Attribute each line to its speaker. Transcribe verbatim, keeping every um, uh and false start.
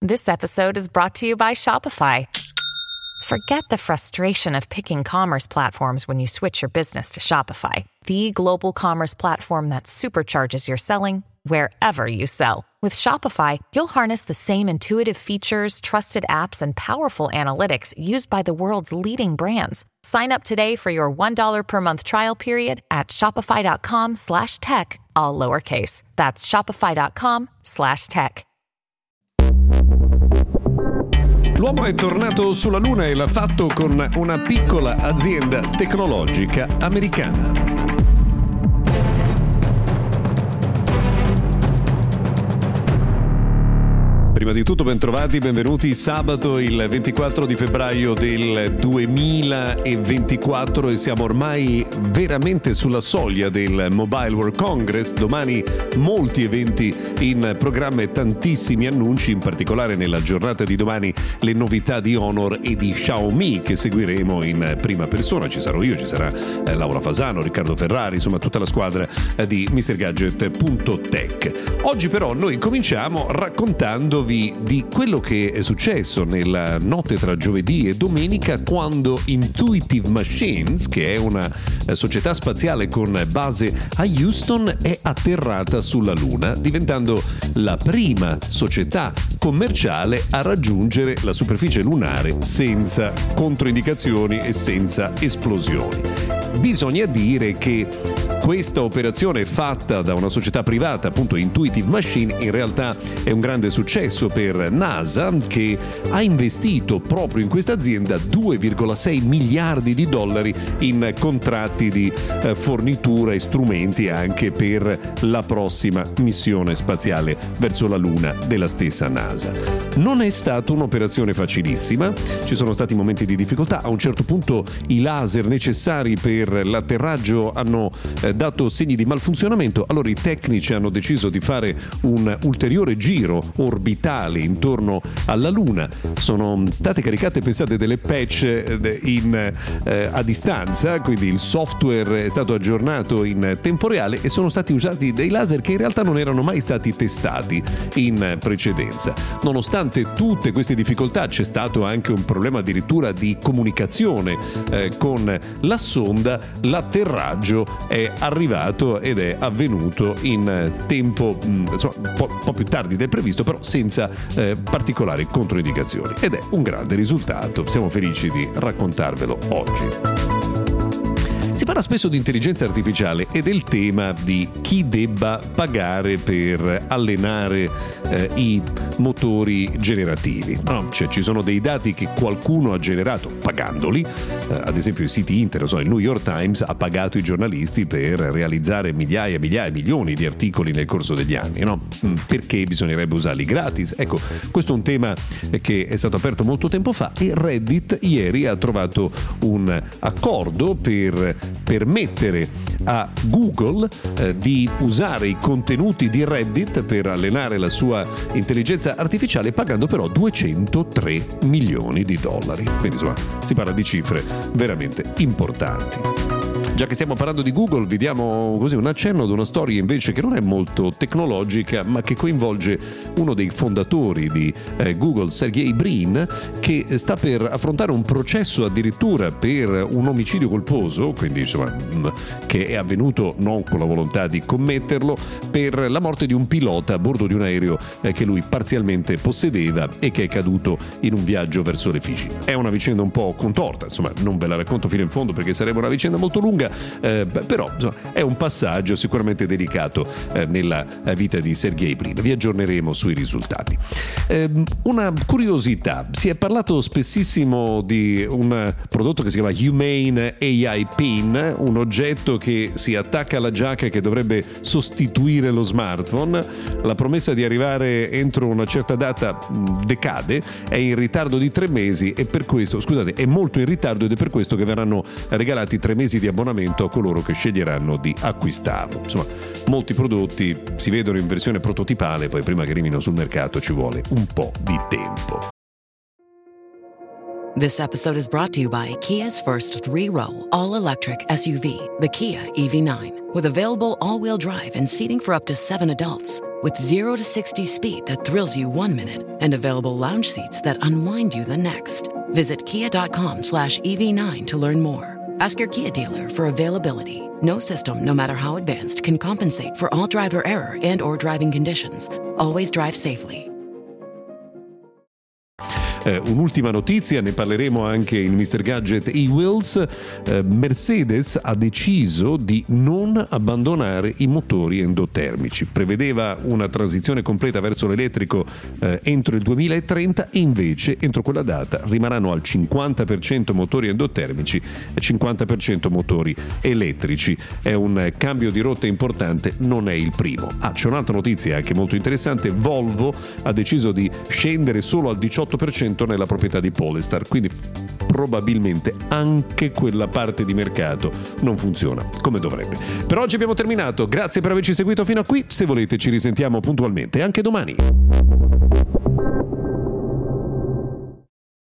Speaker 1: This episode is brought to you by Shopify. Forget the frustration of picking commerce platforms when you switch your business to Shopify, the global commerce platform that supercharges your selling wherever you sell. With Shopify, you'll harness the same intuitive features, trusted apps, and powerful analytics used by the world's leading brands. Sign up today for your one dollar per month trial period at shopify.com slash tech, all lowercase. That's shopify.com slash tech.
Speaker 2: L'uomo è tornato sulla Luna e l'ha fatto con una piccola azienda tecnologica americana. Prima di tutto ben trovati, benvenuti. Sabato il ventiquattro di febbraio del duemilaventiquattro e siamo ormai veramente sulla soglia del Mobile World Congress. Domani molti eventi in programma e tantissimi annunci, in particolare nella giornata di domani le novità di Honor e di Xiaomi che seguiremo in prima persona. Ci sarò io, ci sarà eh, Laura Fasano, Riccardo Ferrari, insomma tutta la squadra eh, di mister gadget punto tech. Oggi però noi cominciamo raccontandovi di quello che è successo nella notte tra giovedì e domenica quando Intuitive Machines, che è una società spaziale con base a Houston, è atterrata sulla Luna, diventando la prima società commerciale a raggiungere la superficie lunare senza controindicazioni e senza esplosioni. Bisogna dire che questa operazione fatta da una società privata, appunto Intuitive Machine, in realtà è un grande successo per NASA, che ha investito proprio in questa azienda due virgola sei miliardi di dollari in contratti di eh, fornitura e strumenti anche per la prossima missione spaziale verso la Luna della stessa NASA. Non è stata un'operazione facilissima, ci sono stati momenti di difficoltà, a un certo punto i laser necessari per l'atterraggio hanno eh, dato segni di malfunzionamento, allora i tecnici hanno deciso di fare un ulteriore giro orbitale intorno alla Luna. Sono state caricate, pensate, delle patch in, eh, a distanza, quindi il software è stato aggiornato in tempo reale e sono stati usati dei laser che in realtà non erano mai stati testati in precedenza. Nonostante tutte queste difficoltà c'è stato anche un problema addirittura di comunicazione eh, con la sonda. L'atterraggio è arrivato ed è avvenuto in tempo insomma, un po', un po' più tardi del previsto, però senza eh, particolari controindicazioni, ed è un grande risultato. Siamo felici di raccontarvelo oggi. Si parla spesso di intelligenza artificiale e del tema di chi debba pagare per allenare eh, i motori generativi. No, cioè, ci sono dei dati che qualcuno ha generato pagandoli, eh, ad esempio i siti internet, so, il New York Times ha pagato i giornalisti per realizzare migliaia, migliaia, milioni di articoli nel corso degli anni, no? Perché bisognerebbe usarli gratis? Ecco, questo è un tema che è stato aperto molto tempo fa e Reddit ieri ha trovato un accordo per permettere a Google eh, di usare i contenuti di Reddit per allenare la sua intelligenza artificiale, pagando però duecentotre milioni di dollari. Quindi insomma si parla di cifre veramente importanti. Già che stiamo parlando di Google, vi diamo così un accenno ad una storia invece che non è molto tecnologica, ma che coinvolge uno dei fondatori di eh, Google, Sergey Brin, che sta per affrontare un processo addirittura per un omicidio colposo, quindi insomma mh, che è avvenuto non con la volontà di commetterlo, per la morte di un pilota a bordo di un aereo eh, che lui parzialmente possedeva e che è caduto in un viaggio verso le Figi. È una vicenda un po' contorta, insomma non ve la racconto fino in fondo perché sarebbe una vicenda molto lunga, Eh, però insomma, è un passaggio sicuramente delicato eh, nella vita di Sergey Brin. Vi aggiorneremo sui risultati. Eh, una curiosità: si è parlato spessissimo di un prodotto che si chiama Humane A I Pin, un oggetto che si attacca alla giacca che dovrebbe sostituire lo smartphone. La promessa di arrivare entro una certa data decade, è in ritardo di tre mesi e per questo, scusate, è molto in ritardo ed è per questo che verranno regalati tre mesi di abbonamento a coloro che sceglieranno di acquistarlo. Insomma, molti prodotti si vedono in versione prototipale, poi prima che arrivino sul mercato ci vuole un po' di tempo.
Speaker 3: This episode is brought to you by Kia's first three-row, all-electric S U V, the Kia E V nine. With available all-wheel drive and seating for up to seven adults. with zero to sixty speed that thrills you one minute and available lounge seats that unwind you the next. Visit kia.com slash EV9 to learn more. Ask your Kia dealer for availability. No system, no matter how advanced, can compensate for all driver error and or driving conditions. Always drive safely.
Speaker 2: Eh, un'ultima notizia, ne parleremo anche in mister Gadget e-Wheels. Eh, Mercedes ha deciso di non abbandonare i motori endotermici. Prevedeva una transizione completa verso l'elettrico eh, entro il duemilatrenta e invece entro quella data rimarranno al cinquanta per cento motori endotermici e cinquanta per cento motori elettrici. È un cambio di rotta importante, non è il primo. Ah, c'è un'altra notizia anche molto interessante. Volvo ha deciso di scendere solo al diciotto per cento nella proprietà di Polestar, quindi probabilmente anche quella parte di mercato non funziona come dovrebbe. Per oggi abbiamo terminato, grazie per averci seguito fino a qui, se volete ci risentiamo puntualmente anche domani.